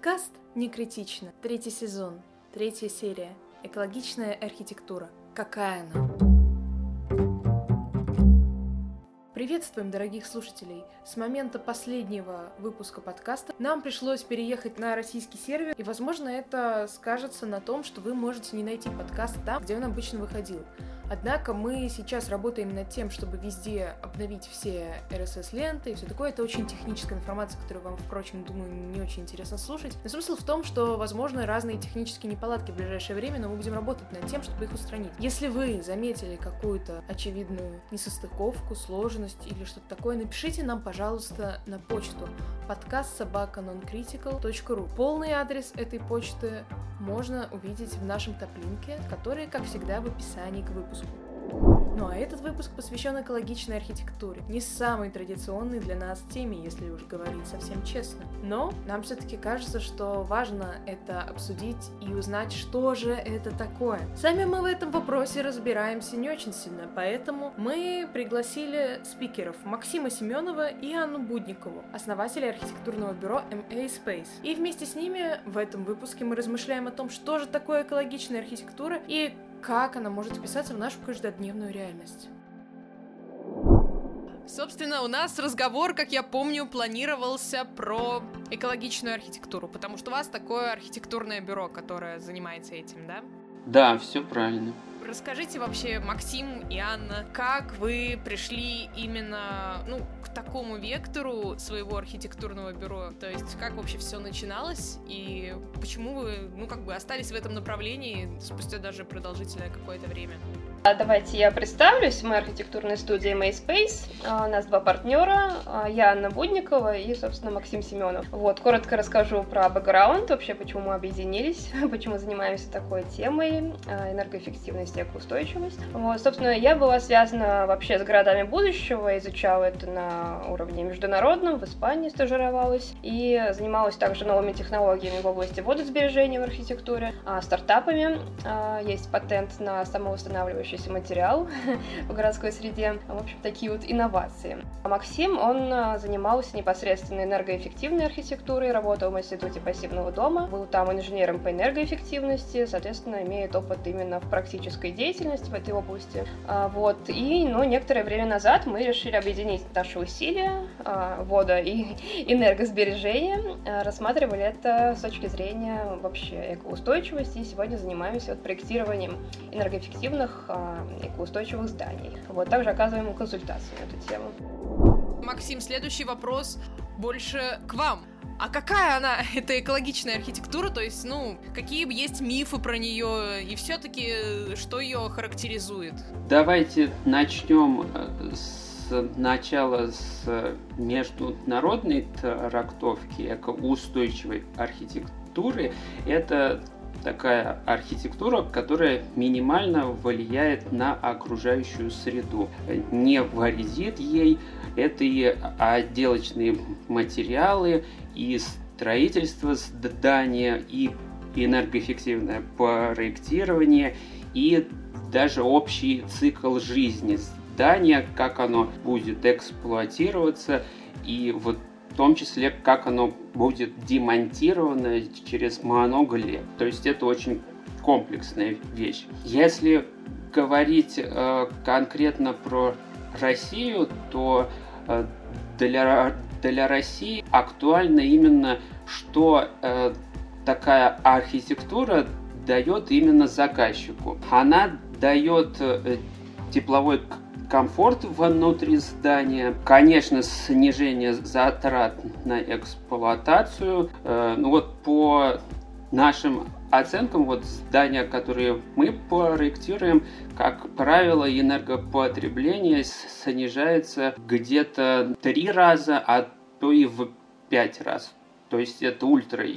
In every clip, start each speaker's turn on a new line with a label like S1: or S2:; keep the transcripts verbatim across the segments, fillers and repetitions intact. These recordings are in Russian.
S1: Подкаст «Не критично». Третий сезон, третья серия. Экологичная архитектура. Какая она? Приветствуем, дорогих слушателей! С момента последнего выпуска подкаста нам пришлось переехать на российский сервер, и, возможно, это скажется на том, что вы можете не найти подкаст там, где он обычно выходил. Однако мы сейчас работаем над тем, чтобы везде обновить все эр эс эс-ленты и все такое. Это очень техническая информация, которую вам, впрочем, думаю, не очень интересно слушать. Но смысл в том, что, возможно, разные технические неполадки в ближайшее время, но мы будем работать над тем, чтобы их устранить. Если вы заметили какую-то очевидную несостыковку, сложность или что-то такое, напишите нам, пожалуйста, на почту подкаст собака нонкритикал точка ру. Полный адрес этой почты можно увидеть в нашем топ-линке, который, как всегда, в описании к выпуску. Ну а этот выпуск посвящен экологичной архитектуре. Не самой традиционной для нас теме, если уж говорить совсем честно. Но нам все-таки кажется, что важно это обсудить и узнать, что же это такое. Сами мы в этом вопросе разбираемся не очень сильно, поэтому мы пригласили спикеров Максима Семенова и Анну Будникову, основателей архитектурного бюро эм эй Space. И вместе с ними в этом выпуске мы размышляем о том, что же такое экологичная архитектура и как она может вписаться в нашу каждодневную реальность. Собственно, у нас разговор, как я помню, планировался про экологичную архитектуру, потому что у вас такое архитектурное бюро, которое занимается этим, да?
S2: Да, все правильно.
S1: Расскажите вообще, Максим и Анна, как вы пришли именно, ну, к такому вектору своего архитектурного бюро? То есть, как вообще все начиналось и почему вы, ну, как бы остались в этом направлении спустя даже продолжительное какое-то время?
S3: Давайте я представлюсь. Мы архитектурная студия эм эй Space. У нас два партнера. Я Анна Будникова и, собственно, Максим Семенов. Вот, коротко расскажу про бэкграунд, вообще, почему мы объединились, почему занимаемся такой темой энергоэффективность и экоустойчивость. Вот, собственно, я была связана вообще с городами будущего, изучала это на уровне международном, в Испании стажировалась и занималась также новыми технологиями в области водосбережения в архитектуре, стартапами. Есть патент на самовосстанавливающийся материал в городской среде. В общем, такие вот инновации. А Максим, он занимался непосредственно энергоэффективной архитектурой, работал в Институте пассивного дома, был там инженером по энергоэффективности, соответственно, имеет опыт именно в практической деятельности в этой области. Вот. И, ну, некоторое время назад мы решили объединить наши усилия вода и энергосбережения, рассматривали это с точки зрения вообще экоустойчивости, и сегодня занимаемся вот проектированием энергоэффективных экоустойчивых зданий. Вот, также оказываем консультации на эту тему.
S1: Максим, следующий вопрос больше к вам. А какая она, эта экологичная архитектура? То есть, ну, какие есть мифы про нее и все-таки что ее характеризует?
S2: Давайте начнем с начала, с международной трактовки экоустойчивой архитектуры. Это такая архитектура, которая минимально влияет на окружающую среду, не вредит ей. Это и отделочные материалы, и строительство здания, и энергоэффективное проектирование, и даже общий цикл жизни здания, как оно будет эксплуатироваться, и вот в том числе, как оно будет демонтировано через много лет. То есть это очень комплексная вещь. Если говорить э, конкретно про Россию, то э, для, для России актуально именно, что э, такая архитектура дает именно заказчику. Она дает э, тепловой комфорт внутри здания, конечно, снижение затрат на эксплуатацию. Ну вот по нашим оценкам, вот здания, которые мы проектируем, как правило, энергопотребление снижается где-то три раза, а то и в пять раз. То есть это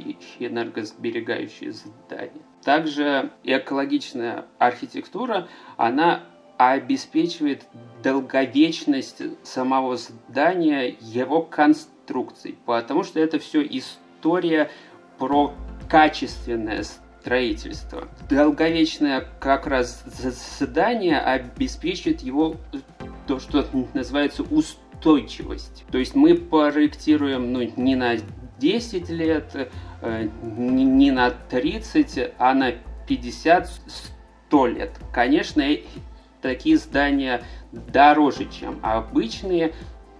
S2: ультраэнергосберегающие здания. Также экологичная архитектура, она обеспечивает долговечность самого здания, его конструкций, потому что это все история про качественное строительство. Долговечное как раз здание обеспечивает его то, что называется устойчивость. То есть мы проектируем, ну, не на десять лет, не на тридцать, а на пятьдесят сто лет. Конечно, такие здания дороже, чем обычные,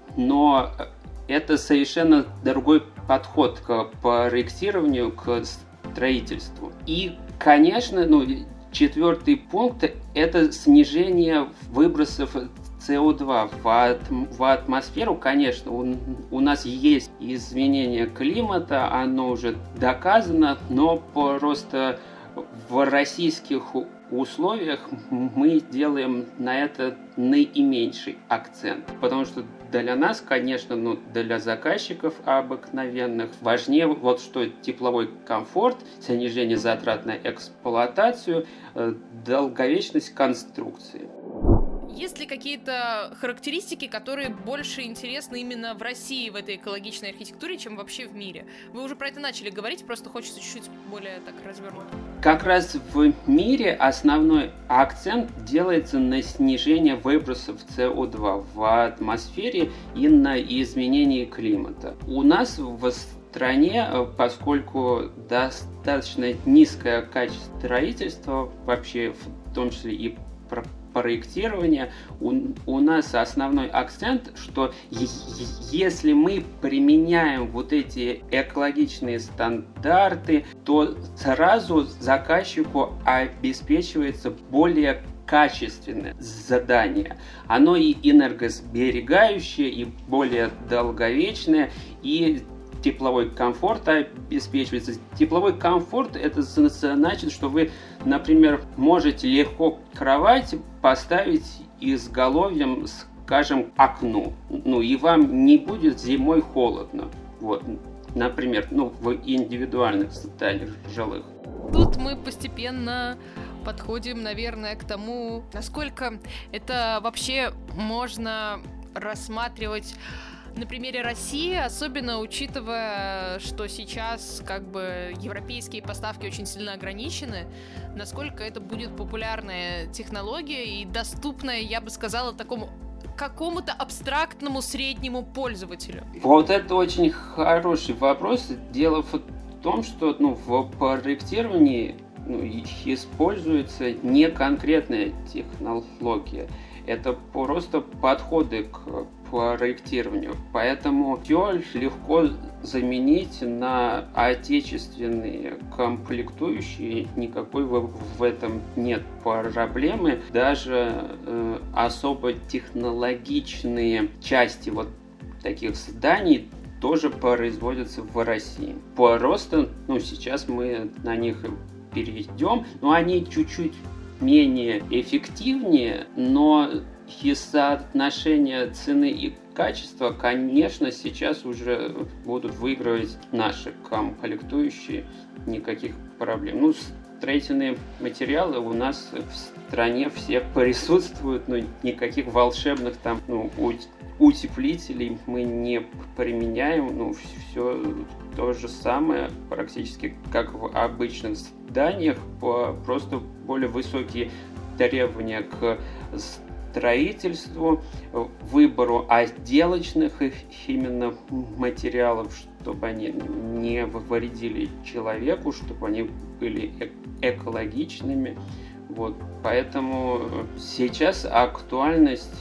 S2: но это совершенно другой подход к проектированию, к строительству. И, конечно, ну, четвертый пункт – это снижение выбросов си о два в, ат- в атмосферу. Конечно, у, у нас есть изменение климата, оно уже доказано, но просто в российских условиях мы делаем на это наименьший акцент. Потому что для нас, конечно, ну, для заказчиков обыкновенных важнее вот что тепловой комфорт, снижение затрат на эксплуатацию, долговечность конструкции.
S1: Есть ли какие-то характеристики, которые больше интересны именно в России в этой экологичной архитектуре, чем вообще в мире? Вы уже про это начали говорить, просто хочется чуть-чуть более так развернуть.
S2: Как раз в мире основной акцент делается на снижение выбросов си о два в атмосфере и на изменение климата. У нас в стране, поскольку достаточно низкое качество строительства, вообще в том числе и про проектирования, у, у нас основной акцент, что е- если мы применяем вот эти экологичные стандарты, то сразу заказчику обеспечивается более качественное задание. Оно и энергосберегающее, и более долговечное, и тепловой комфорт обеспечивается. Тепловой комфорт — это значит, что вы, например, можете легко кровать поставить изголовьем, скажем, к окну. Ну и вам не будет зимой холодно. Вот, например, ну, в индивидуальных зданиях жилых.
S1: Тут мы постепенно подходим, наверное, к тому, насколько это вообще можно рассматривать на примере России, особенно учитывая, что сейчас как бы европейские поставки очень сильно ограничены, насколько это будет популярная технология и доступная, я бы сказала, такому какому-то абстрактному среднему пользователю?
S2: Вот это очень хороший вопрос. Дело в том, что ну, в проектировании ну, используется не конкретная технология. Это просто подходы к проектированию. Поэтому все легко заменить на отечественные комплектующие. Никакой в, в этом нет проблемы. Даже э, особо технологичные части вот таких зданий тоже производятся в России. Просто ну, сейчас мы на них перейдем, но они чуть-чуть менее эффективнее, но и соотношение цены и качества, конечно, сейчас уже будут выигрывать наши комплектующие, никаких проблем. Ну, строительные материалы у нас в стране все присутствуют, но никаких волшебных там ну, утеплителей мы не применяем, ну, все то же самое, практически как в обычных зданиях, просто более высокие требования к строительству, выбору отделочных именно материалов, чтобы они не вредили человеку, чтобы они были экологичными. Вот. Поэтому сейчас актуальность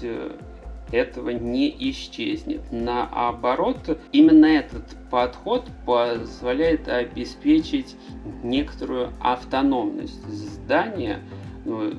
S2: этого не исчезнет. Наоборот, именно этот подход позволяет обеспечить некоторую автономность здания. Ну,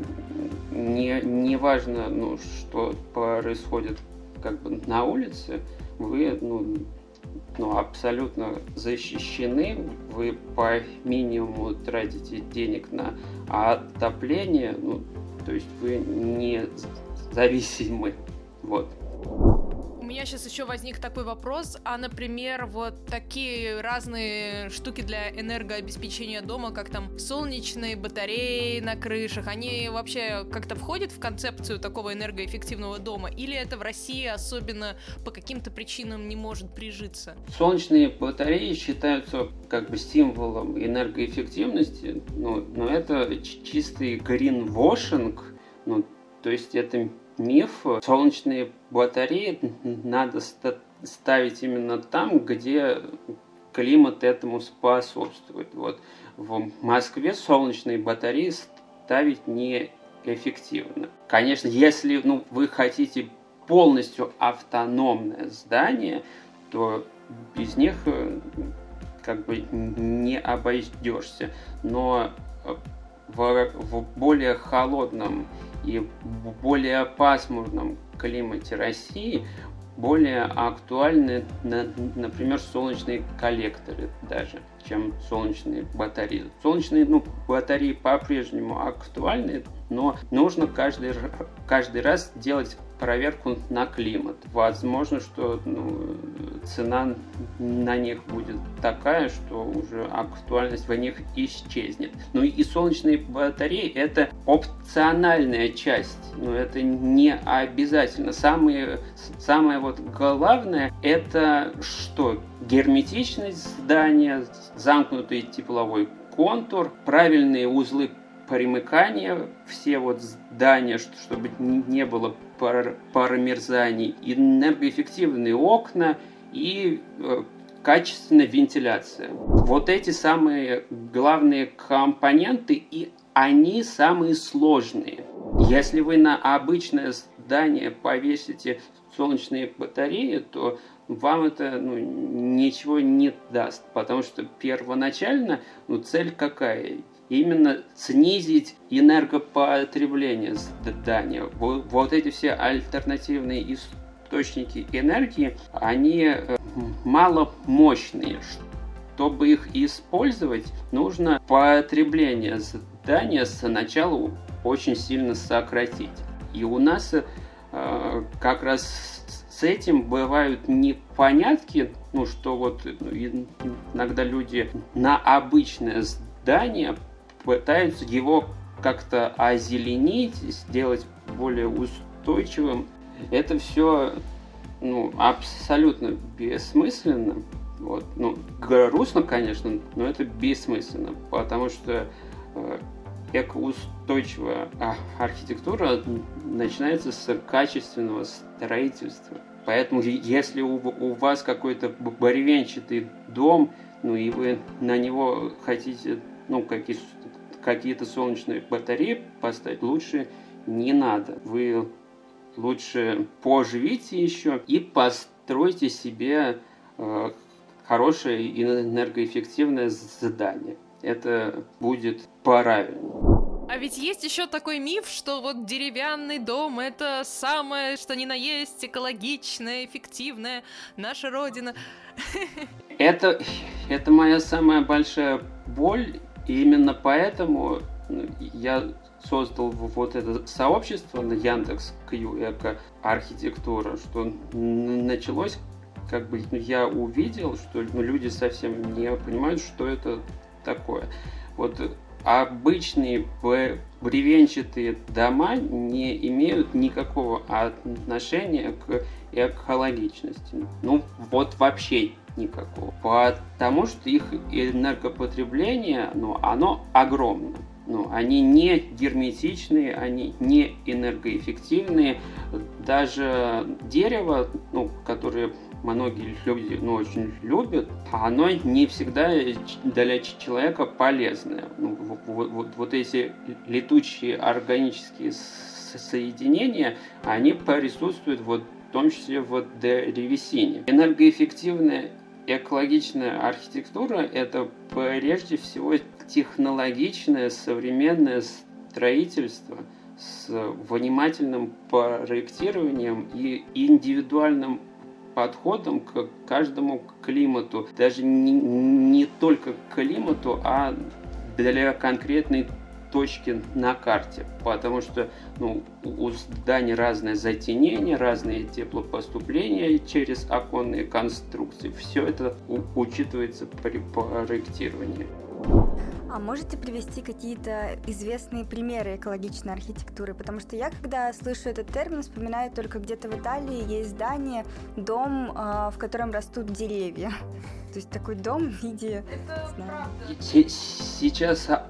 S2: не, не важно, ну, что происходит как бы на улице, вы ну, ну, абсолютно защищены, вы по минимуму тратите денег на отопление, ну, то есть вы не зависимы. Вот.
S1: У меня сейчас еще возник такой вопрос, а, например, вот такие разные штуки для энергообеспечения дома, как там солнечные батареи на крышах, они вообще как-то входят в концепцию такого энергоэффективного дома, или это в России особенно по каким-то причинам не может прижиться?
S2: Солнечные батареи считаются как бы символом энергоэффективности, но, но это чистый гринвошинг, ну, то есть это миф. Солнечные батареи надо ставить именно там, где климат этому способствует. Вот. В Москве солнечные батареи ставить неэффективно. Конечно, если ну, вы хотите полностью автономное здание, то без них как бы не обойдешься. Но в, в более холодном и более пасмурном климате России более актуальны, например, солнечные коллекторы даже, чем солнечные батареи. Солнечные ну, батареи по-прежнему актуальны, но нужно каждый, каждый раз делать проверку на климат. Возможно, что ну, цена на них будет такая, что уже актуальность в них исчезнет. Ну и солнечные батареи – это опциональная часть, но это не обязательно. Самое, самое вот главное – это что? Герметичность здания, замкнутый тепловой контур, правильные узлы примыкания, все вот здания, чтобы не было пар, паромерзаний, энергоэффективные окна и э, качественная вентиляция. Вот эти самые главные компоненты, и они самые сложные. Если вы на обычное здание повесите солнечные батареи, то вам это ну, ничего не даст, потому что первоначально ну, цель какая? Именно снизить энергопотребление здания. Вот, вот эти все альтернативные источники энергии, они маломощные. Чтобы их использовать, нужно потребление здания сначала очень сильно сократить. И у нас э, как раз с этим бывают непонятки, ну что вот иногда люди на обычное здание пытаются его как-то озеленить, сделать более устойчивым. Это все ну, абсолютно бессмысленно. Вот. Ну, грустно, конечно, но это бессмысленно, потому что э, экоустойчивая архитектура начинается с качественного строительства. Поэтому если у, у вас какой-то бревенчатый дом, ну и вы на него хотите ну, какие, какие-то солнечные батареи поставить, лучше не надо. Вы лучше поживите еще и постройте себе э, хорошее и энергоэффективное здание. Это будет правильно.
S1: А ведь есть еще такой миф, что вот деревянный дом — это самое, что ни на есть, экологичное, эффективное, наша родина.
S2: Это, это моя самая большая боль, и именно поэтому я создал вот это сообщество на Яндекс.Кью эко-архитектура, что началось, как бы я увидел, что ну, люди совсем не понимают, что это такое. Вот обычные бревенчатые дома не имеют никакого отношения к экологичности. Ну, вот вообще никакого. Потому что их энергопотребление, ну, оно огромно. Ну, они не герметичные, они не энергоэффективные. Даже дерево, ну, которое многие люди ну, очень любят, оно не всегда для человека полезное. Ну, вот, вот, вот эти летучие органические соединения, они присутствуют вот, в том числе в древесине. Энергоэффективная экологичная архитектура – это прежде всего технологичное современное строительство с внимательным проектированием и индивидуальным подходом к каждому климату, даже не, не только к климату, а для конкретной точки на карте, потому что ну, у зданий разное затенение, разные теплопоступления через оконные конструкции. Все это у- учитывается при проектировании.
S4: А можете привести какие-то известные примеры экологичной архитектуры? Потому что я, когда слышу этот термин, вспоминаю только где-то в Италии есть здание, дом, в котором растут деревья. То есть такой дом в виде...
S2: Сейчас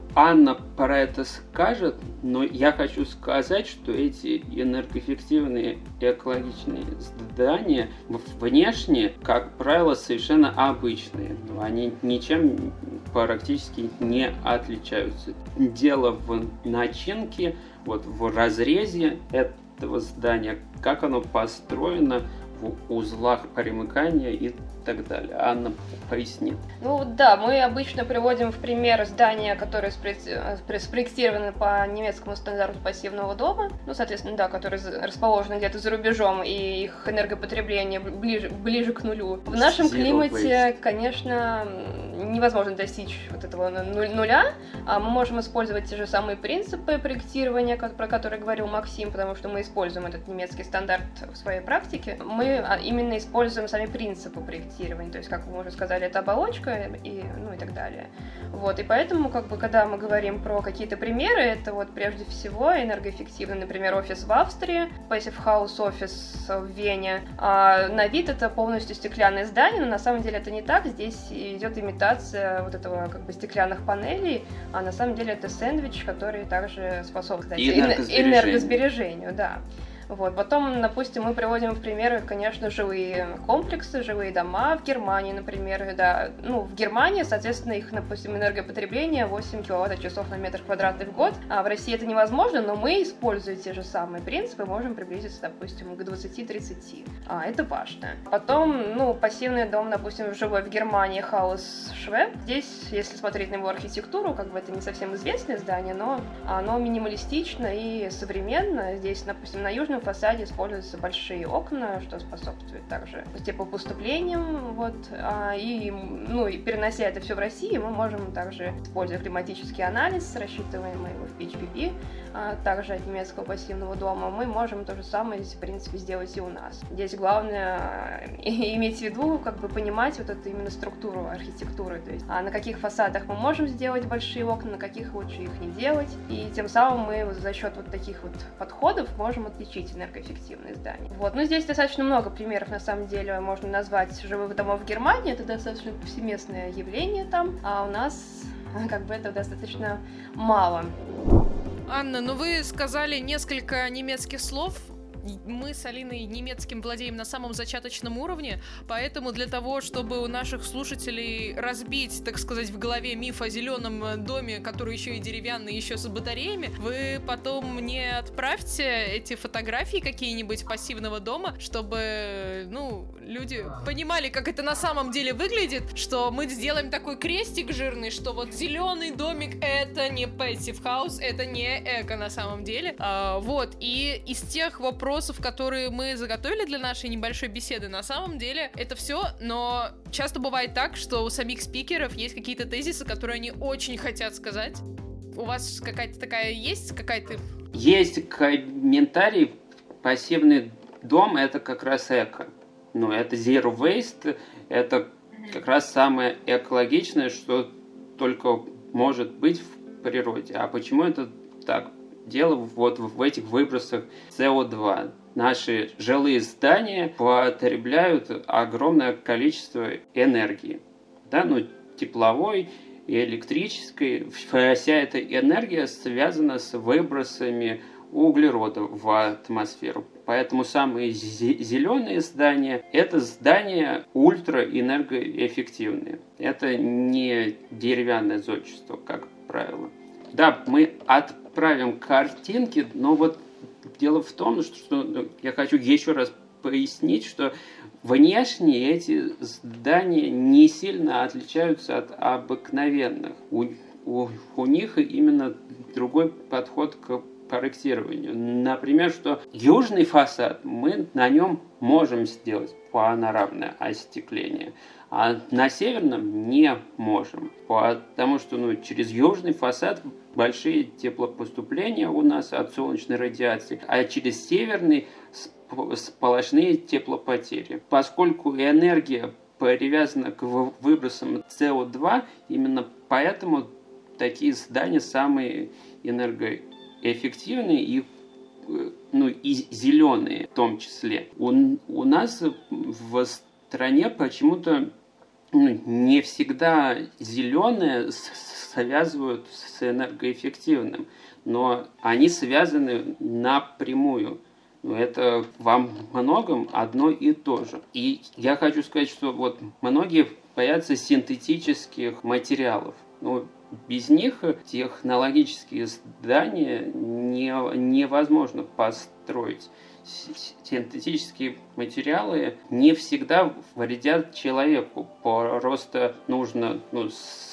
S2: Анна про это скажет, но я хочу сказать, что эти энергоэффективные экологичные здания внешне, как правило, совершенно обычные. Они ничем практически не отличаются. Дело в начинке, вот в разрезе этого здания, как оно построено, в узлах примыкания и так далее. Анна пояснит.
S3: Ну да, мы обычно приводим в пример здания, которые спроектированы по немецкому стандарту пассивного дома, ну, соответственно, да, которые расположены где-то за рубежом, и их энергопотребление ближе, ближе к нулю. В нашем климате, конечно, невозможно достичь вот этого нуля, а мы можем использовать те же самые принципы проектирования, про которые говорил Максим, потому что мы используем этот немецкий стандарт в своей практике. Мы именно используем сами принципы проектирования. То есть, как вы уже сказали, это оболочка и, ну, и так далее. Вот, и поэтому, как бы, когда мы говорим про какие-то примеры, это вот прежде всего энергоэффективный, например, офис в Австрии, Passive House офис в Вене. А на вид это полностью стеклянное здание, но на самом деле это не так. Здесь идет имитация вот этого, как бы, стеклянных панелей, а на самом деле это сэндвич, который также способствует
S2: энергосбережению.
S3: энергосбережению, да. Вот. Потом, допустим, мы приводим в примеры, конечно, жилые комплексы, жилые дома в Германии, например, да. Ну, в Германии, соответственно, их, допустим, энергопотребление восемь киловатт-часов на метр квадратный в год, а в России это невозможно, но мы, используя те же самые принципы, можем приблизиться, допустим, к двадцати-тридцати. А, это важно. Потом, ну, пассивный дом, допустим, жилой в Германии, Haus Schweb. Здесь, если смотреть на его архитектуру, как бы это не совсем известное здание, но оно минималистично и современно. Здесь, допустим, на южном в фасаде используются большие окна, что способствует также теплопоступлениям, вот, а, и, ну, и перенося это все в Россию, мы можем также, используя климатический анализ, рассчитываемый в пи эйч пи би, а, также от немецкого пассивного дома, мы можем то же самое, в принципе, сделать и у нас. Здесь главное иметь в виду, как бы понимать вот эту именно структуру архитектуры, то есть а на каких фасадах мы можем сделать большие окна, на каких лучше их не делать, и тем самым мы вот за счет вот таких вот подходов можем отличить энергоэффективные здания. Вот. Ну, здесь достаточно много примеров, на самом деле, можно назвать жилых домов в Германии, это достаточно повсеместное явление там, а у нас, как бы, этого достаточно мало.
S1: Анна, ну вы сказали несколько немецких слов. Мы с Алиной немецким владеем на самом зачаточном уровне, поэтому для того, чтобы у наших слушателей разбить, так сказать, в голове миф о зеленом доме, который еще и деревянный, еще с батареями, вы потом мне отправьте эти фотографии какие-нибудь пассивного дома, чтобы, ну, люди понимали, как это на самом деле выглядит, что мы сделаем такой крестик жирный, что вот зеленый домик — это не Passive House, это не эко на самом деле. А, вот, и из тех вопросов, которые мы заготовили для нашей небольшой беседы, на самом деле это все, но часто бывает так, что у самих спикеров есть какие-то тезисы, которые они очень хотят сказать. У вас какая-то такая есть? Какая-то...
S2: Есть комментарий. Пассивный дом — это как раз эко. Ну, это zero waste, это как раз самое экологичное, что только может быть в природе. А почему это так? Дело вот в этих выбросах си о два. Наши жилые здания потребляют огромное количество энергии. Да, ну, тепловой и электрической. Вся эта энергия связана с выбросами углерода в атмосферу. Поэтому самые зеленые здания – это здания ультраэнергоэффективные. Это не деревянное зодчество, как правило. Да, мы отправим картинки, но вот дело в том, что, что я хочу еще раз пояснить, что внешне эти здания не сильно отличаются от обыкновенных. У, у, у них именно другой подход к проектированию. Например, что южный фасад, мы на нем можем сделать панорамное остекление, а на северном не можем, потому что, ну, через южный фасад большие теплопоступления у нас от солнечной радиации, а через северный сплошные теплопотери. Поскольку энергия привязана к выбросам си о два, именно поэтому такие здания самые энергоэффективные и, ну, и зеленые в том числе. У, у нас в стране почему-то ну, не всегда зеленые связывают с энергоэффективным, но они связаны напрямую. Это во многом одно и то же. И я хочу сказать, что вот многие боятся синтетических материалов. Ну, без них технологические здания не, невозможно построить. Синтетические материалы не всегда вредят человеку. Просто нужно ну,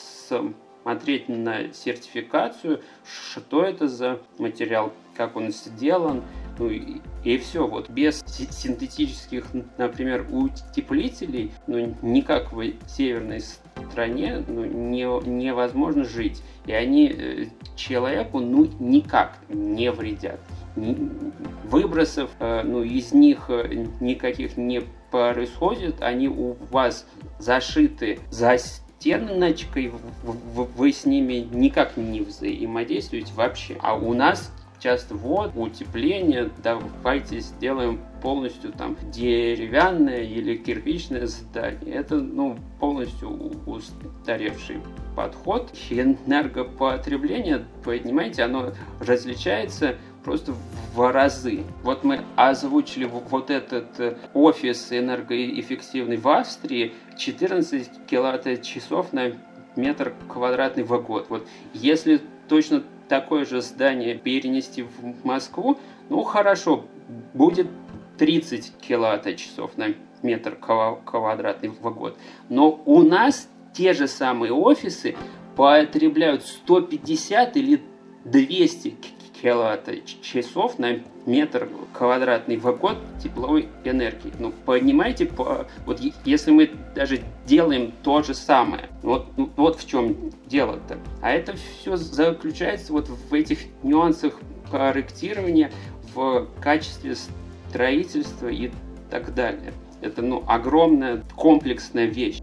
S2: смотреть на сертификацию, что это за материал, как он сделан. Ну и, и все. Вот без синтетических, например, утеплителей, ну никак в северной стране ну, не, невозможно жить. И они э, человеку ну никак не вредят. Ни, выбросов э, ну, из них э, никаких не происходит. Они у вас зашиты за стеночкой, вы с ними никак не взаимодействуете вообще. А у нас часто вот утепление, давайте сделаем полностью там деревянное или кирпичное здание. Это ну полностью устаревший подход. Энергопотребление, понимаете, оно различается просто в разы. Вот мы озвучили вот этот офис энергоэффективный в Австрии, четырнадцать киловатт-часов на метр квадратный в год. Вот если точно такое же здание перенести в Москву, ну хорошо, будет тридцать киловатт-часов на метр квадратный в год. Но у нас те же самые офисы потребляют сто пятьдесят или двести киловатт-часов на метр квадратный в год тепловой энергии. Ну, понимаете, вот если мы даже делаем то же самое, вот, вот в чем дело-то. А это все заключается вот в этих нюансах проектирования, в качестве строительства и так далее. Это, ну, огромная комплексная вещь.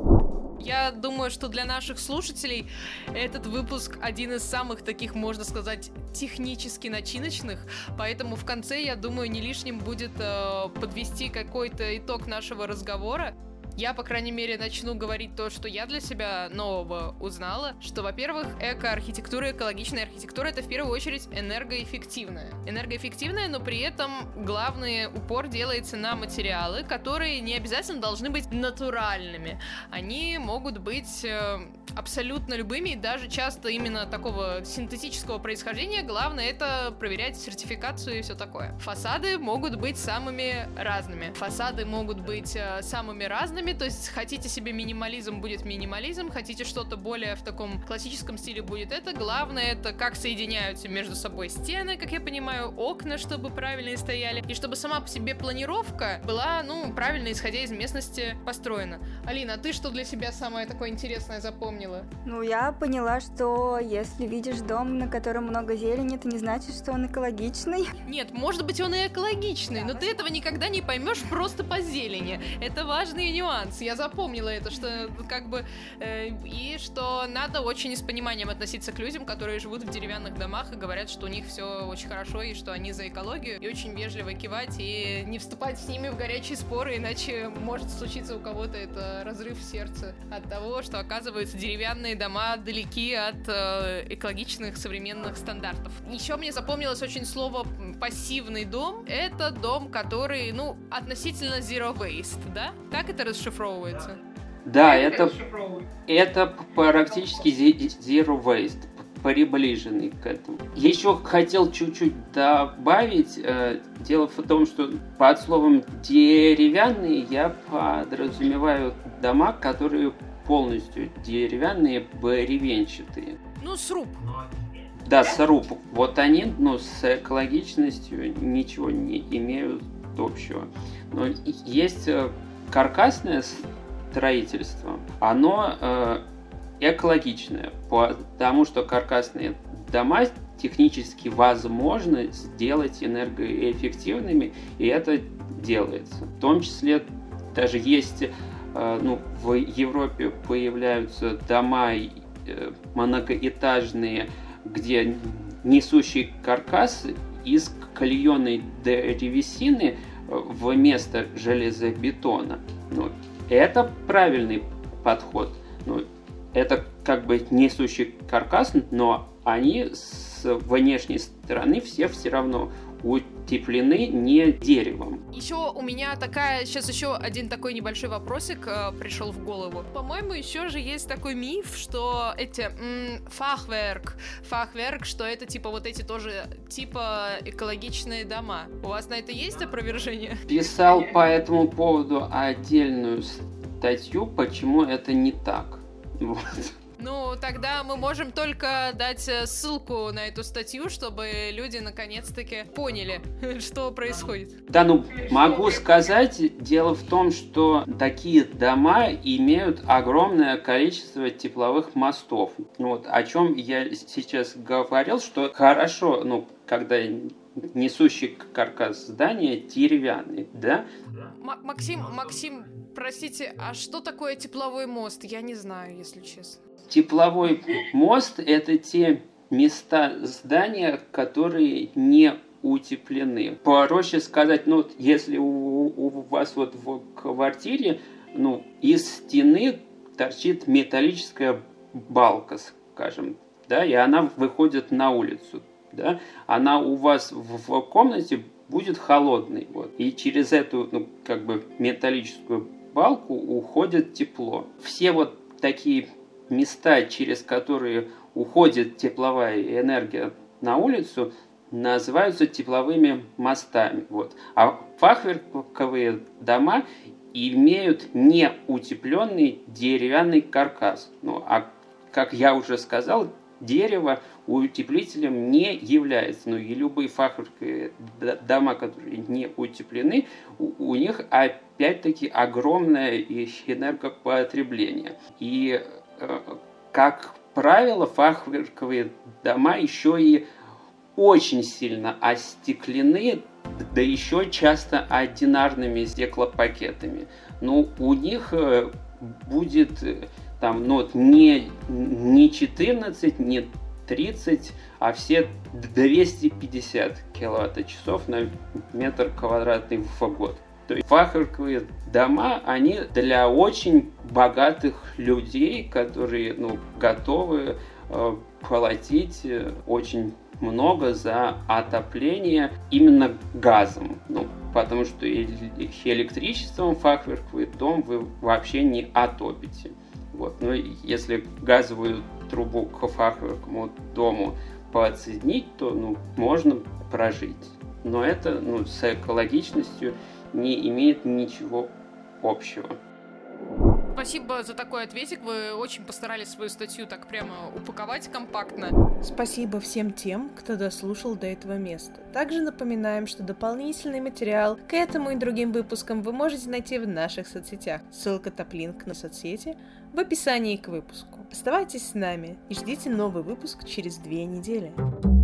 S1: Я думаю, что для наших слушателей этот выпуск один из самых таких, можно сказать, технически начиночных, поэтому в конце, я думаю, не лишним будет э, подвести какой-то итог нашего разговора. Я, по крайней мере, начну говорить то, что я для себя нового узнала, что, во-первых, эко-архитектура, экологичная архитектура — это в первую очередь энергоэффективная. Энергоэффективная, но при этом главный упор делается на материалы, которые не обязательно должны быть натуральными. Они могут быть э, абсолютно любыми, и даже часто именно такого синтетического происхождения. Главное — это проверять сертификацию и все такое. Фасады могут быть самыми разными. Фасады могут быть э, самыми разными. То есть хотите себе минимализм, будет минимализм, хотите что-то более в таком классическом стиле, будет это. Главное — это как соединяются между собой стены, как я понимаю, окна, чтобы правильно стояли, и чтобы сама по себе планировка была, ну, правильно, исходя из местности, построена. Алина, а ты что для себя самое такое интересное запомнила?
S4: Ну, я поняла, что если видишь дом, на котором много зелени, это не значит, что он экологичный.
S1: Нет, может быть, он и экологичный, но ты этого никогда не поймешь просто по зелени. Это важный нюанс. Я запомнила это, что как бы э, и что надо очень с пониманием относиться к людям, которые живут в деревянных домах и говорят, что у них все очень хорошо и что они за экологию, и очень вежливо кивать и не вступать с ними в горячие споры, иначе может случиться у кого-то это разрыв сердца от того, что, оказывается, деревянные дома далеки от э, экологичных современных стандартов. Еще мне запомнилось очень слово пассивный дом. Это дом, который, ну, относительно zero waste, да? Как это расшифровывается?
S2: Да, это, это практически zero waste, приближенный к этому. Еще хотел чуть-чуть добавить. Дело в том, что под словом деревянные я подразумеваю дома, которые полностью деревянные, бревенчатые.
S1: Ну, сруб.
S2: Да, сруб. Вот они, ну, с экологичностью ничего не имеют общего. Но есть каркасное строительство, оно э, экологичное, потому что каркасные дома технически возможно сделать энергоэффективными, и это делается. В том числе даже есть, э, ну, в Европе появляются дома э, многоэтажные, где несущий каркас из клееной древесины вместо железобетона. Ну, это правильный подход. Ну, это как бы несущий каркас, но они с внешней стороны все все равно утеплены не деревом.
S1: Еще у меня такая, сейчас еще один такой небольшой вопросик э, пришел в голову. По-моему, еще же есть такой миф, что эти м, фахверк, фахверк, что это типа вот эти тоже типа экологичные дома. У вас на это есть опровержение?
S2: Писал по этому поводу отдельную статью, почему это не так. Вот.
S1: Ну, тогда мы можем только дать ссылку на эту статью, чтобы люди наконец-таки поняли, что происходит.
S2: Да, ну, могу сказать, дело в том, что такие дома имеют огромное количество тепловых мостов. Вот, о чем я сейчас говорил, что хорошо, ну, когда несущий каркас здания деревянный, да?
S1: М- Максим, Максим, простите, а что такое тепловой мост? Я не знаю, если честно.
S2: Тепловой мост – это те места здания, которые не утеплены. Проще сказать, ну, если у, у вас вот в квартире, ну, из стены торчит металлическая балка, скажем, да, и она выходит на улицу, да, она у вас в, в комнате будет холодной, вот, и через эту, ну, как бы металлическую балку уходит тепло. Все вот такие места, через которые уходит тепловая энергия на улицу, называются тепловыми мостами. Вот. А фахверковые дома имеют неутепленный деревянный каркас. Ну, а как я уже сказал, дерево утеплителем не является. Ну и любые фахверковые дома, которые не утеплены, у, у них опять-таки огромное энергопотребление. И как правило, фахверковые дома еще и очень сильно остеклены, да еще часто одинарными стеклопакетами. Ну, у них будет там, ну, не, не четырнадцать, не тридцать, а все двести пятьдесят киловатт-часов на метр квадратный в год. То есть фахверковые дома, они для очень богатых людей, которые, ну, готовы э, платить очень много за отопление именно газом. Ну, потому что электричеством фахверковый дом вы вообще не отопите. Вот. Но если газовую трубу к фахверковому дому подсоединить, то, ну, можно прожить. Но это, ну, с экологичностью не имеет ничего общего.
S1: Спасибо за такой ответик. Вы очень постарались свою статью так прямо упаковать компактно. Спасибо всем тем, кто дослушал до этого места. Также напоминаем, что дополнительный материал к этому и другим выпускам вы можете найти в наших соцсетях. Ссылка топ-линк на соцсети в описании к выпуску. Оставайтесь с нами и ждите новый выпуск через две недели.